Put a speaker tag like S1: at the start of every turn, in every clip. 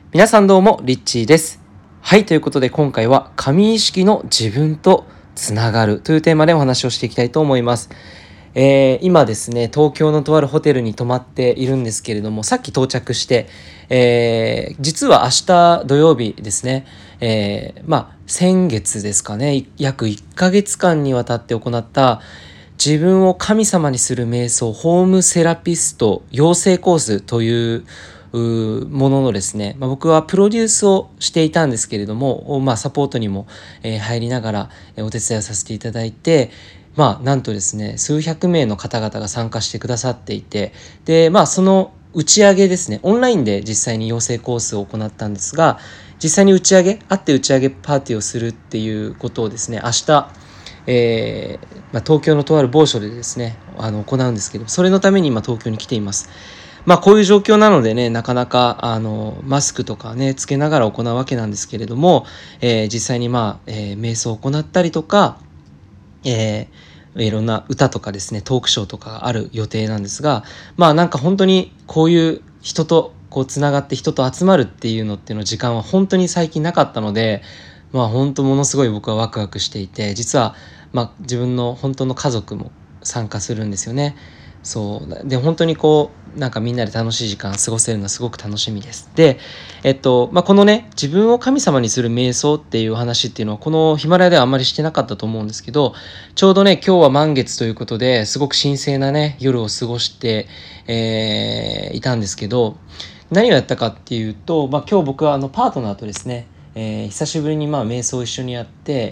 S1: 皆さんどうもリッチーです。はい、ということで今回は神意識の自分とつながるというテーマでお話をしていきたいと思います。今ですね、東京のとあるホテルに泊まっているんですけれども、さっき到着して、実は明日土曜日ですね、先月ですかね、約1ヶ月間にわたって行った自分を神様にする瞑想ホームセラピスト養成コースというもののですね、僕はプロデュースをしていたんですけれども、サポートにも入りながらお手伝いをさせていただいて、なんとですね、数百名の方々が参加してくださっていて、で、その打ち上げですね、オンラインで実際に養成コースを行ったんですが、実際に会って打ち上げパーティーをするっていうことをですね、明日、東京のとある某所でですね、行うんですけど、それのために今東京に来ています。こういう状況なのでね、なかなかマスクとかねつけながら行うわけなんですけれども、実際に瞑想を行ったりとか、いろんな歌とかですねトークショーとかがある予定なんですが、なんか本当にこういう人とこうつながって人と集まるっていうの時間は本当に最近なかったので、本当ものすごい僕はワクワクしていて、実は自分の本当の家族も参加するんですよね。そうで、本当にこうなんかみんなで楽しい時間過ごせるのはすごく楽しみです。で、このね自分を神様にする瞑想っていう話っていうのはこのヒマラヤではあんまりしてなかったと思うんですけど、ちょうどね今日は満月ということですごく神聖なね夜を過ごして、いたんですけど、何をやったかっていうと、今日僕はパートナーとですね、久しぶりに瞑想を一緒にやって、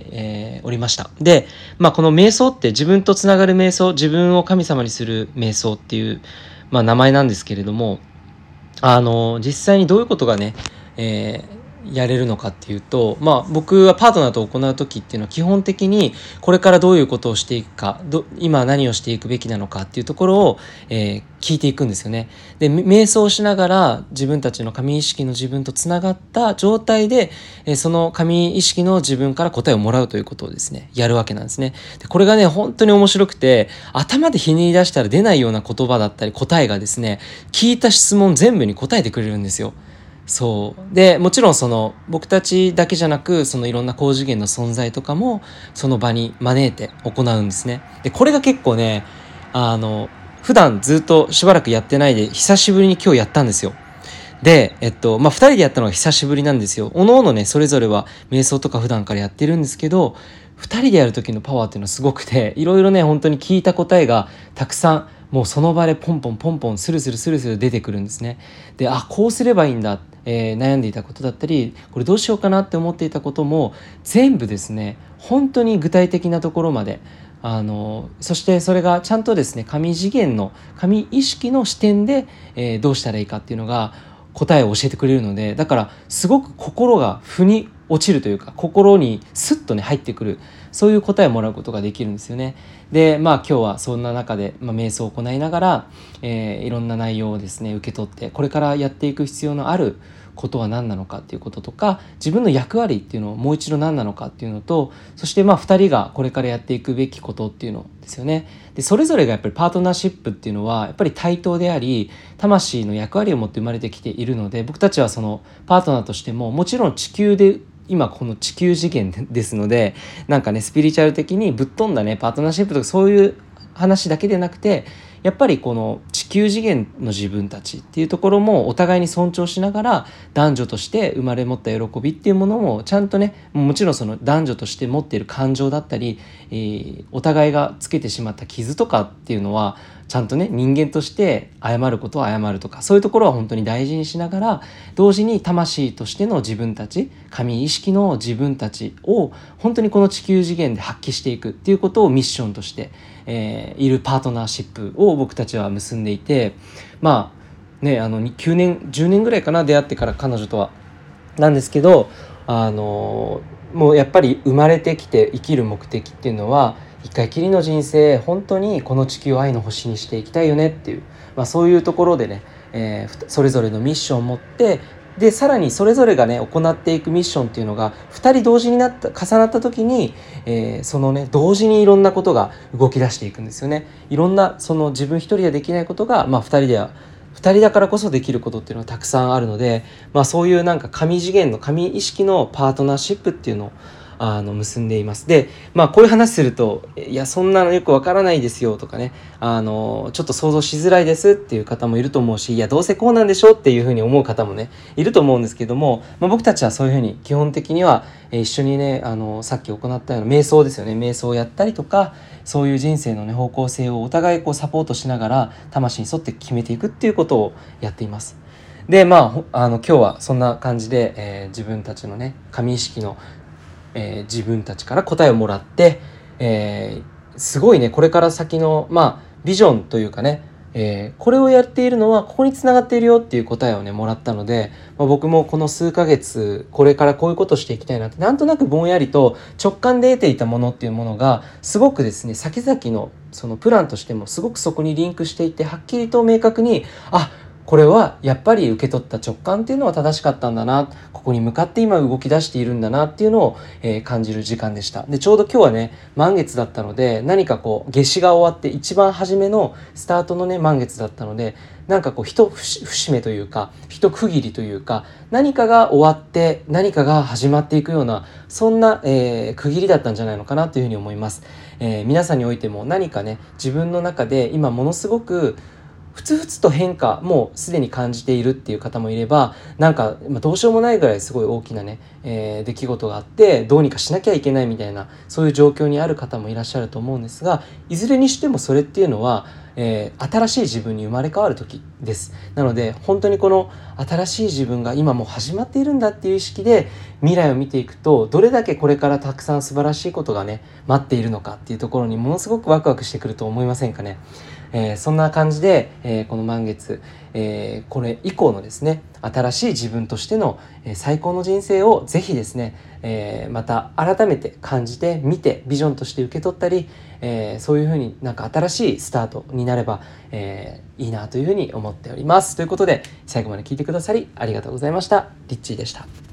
S1: おりました。で、この瞑想って自分とつながる瞑想、自分を神様にする瞑想っていう、名前なんですけれども、実際にどういうことがね、やれるのかっていうと、僕はパートナーと行う時っていうのは基本的にこれからどういうことをしていくか、今何をしていくべきなのかっていうところを、聞いていくんですよね。で、瞑想しながら自分たちの神意識の自分とつながった状態で、その神意識の自分から答えをもらうということをですね、やるわけなんですね。で、これがね、本当に面白くて、頭でひねり出したら出ないような言葉だったり答えがですね、聞いた質問全部に答えてくれるんですよ。そうで、もちろんその僕たちだけじゃなく、そのいろんな高次元の存在とかもその場に招いて行うんですね。で、これが結構ね、普段ずっとしばらくやってないで久しぶりに今日やったんですよ。で、二人でやったのが久しぶりなんですよ。おのおのね、それぞれは瞑想とか普段からやってるんですけど、二人でやる時のパワーっていうのはすごくて、いろいろね、本当に聞いた答えがたくさん、もうその場でポンポンポンポンスルスルスルスル出てくるんですね。で、こうすればいいんだ、悩んでいたことだったり、これどうしようかなって思っていたことも全部ですね、本当に具体的なところまで、そしてそれがちゃんとですね、神次元の神意識の視点で、どうしたらいいかっていうのが答えを教えてくれるので、だからすごく心が腑に落ちるというか、心にスッとね入ってくる、そういう答えをもらうことができるんですよね。で、今日はそんな中で、瞑想を行いながら、いろんな内容をですね受け取って、これからやっていく必要のあることは何なのかっていうこととか、自分の役割っていうのをもう一度何なのかっていうのと、そして2人がこれからやっていくべきことっていうのですよね。で、それぞれがやっぱりパートナーシップっていうのはやっぱり対等であり、魂の役割を持って生まれてきているので、僕たちはそのパートナーとしてももちろん地球で今この地球次元ですので、なんかねスピリチュアル的にぶっ飛んだねパートナーシップとかそういう話だけでなくて、やっぱりこの地球次元の自分たちっていうところもお互いに尊重しながら、男女として生まれ持った喜びっていうものもちゃんとね、もちろんその男女として持っている感情だったり、お互いがつけてしまった傷とかっていうのはちゃんとね人間として謝ることは謝るとか、そういうところは本当に大事にしながら、同時に魂としての自分たち、神意識の自分たちを本当にこの地球次元で発揮していくっていうことをミッションとして、いるパートナーシップを僕たちは結んでいて、9年10年ぐらいかな、出会ってから彼女とはなんですけど、もうやっぱり生まれてきて生きる目的っていうのは、一回きりの人生、本当にこの地球を愛の星にしていきたいよねっていう、そういうところでね、それぞれのミッションを持って、でさらにそれぞれがね行っていくミッションっていうのが2人同時に重なった時に、そのね同時にいろんなことが動き出していくんですよね。いろんなその自分一人でできないことが、2人では 2人だからこそできることっていうのはたくさんあるので、そういうなんか神次元の神意識のパートナーシップっていうのを結んでいます。で、こういう話すると、いやそんなのよくわからないですよとかね、ちょっと想像しづらいですっていう方もいると思うし、いやどうせこうなんでしょうっていうふうに思う方もねいると思うんですけども、僕たちはそういうふうに基本的には一緒にね、さっき行ったような瞑想ですよね、瞑想をやったりとか、そういう人生のね方向性をお互いこうサポートしながら魂に沿って決めていくっていうことをやっています。で今日はそんな感じで、自分たちのね神意識の自分たちから答えをもらって、すごいねこれから先のビジョンというかね、これをやっているのはここにつながっているよっていう答えをねもらったので、僕もこの数ヶ月これからこういうことをしていきたいなってなんとなくぼんやりと直感で得ていたものっていうものがすごくですね先々のそのプランとしてもすごくそこにリンクしていて、はっきりと明確にこれはやっぱり受け取った直感っていうのは正しかったんだな、ここに向かって今動き出しているんだなっていうのを、感じる時間でした。でちょうど今日はね満月だったので、何かこう夏至が終わって一番初めのスタートのね満月だったので、なんかこう一節目というか一区切りというか、何かが終わって何かが始まっていくようなそんな、区切りだったんじゃないのかなというふうに思います。皆さんにおいても何かね自分の中で今ものすごくふつふつと変化もうすでに感じているっていう方もいれば、なんかどうしようもないぐらいすごい大きなね、出来事があってどうにかしなきゃいけないみたいな、そういう状況にある方もいらっしゃると思うんですが、いずれにしてもそれっていうのは、新しい自分に生まれ変わる時です。なので本当にこの新しい自分が今もう始まっているんだっていう意識で未来を見ていくと、どれだけこれからたくさん素晴らしいことがね待っているのかっていうところにものすごくワクワクしてくると思いませんかね。そんな感じで、この満月、これ以降のですね新しい自分としての、最高の人生をぜひですね、また改めて感じてみてビジョンとして受け取ったり、そういうふうになんか新しいスタートになれば、いいなというふうに思っております。ということで最後まで聞いてくださりありがとうございました。リッチーでした。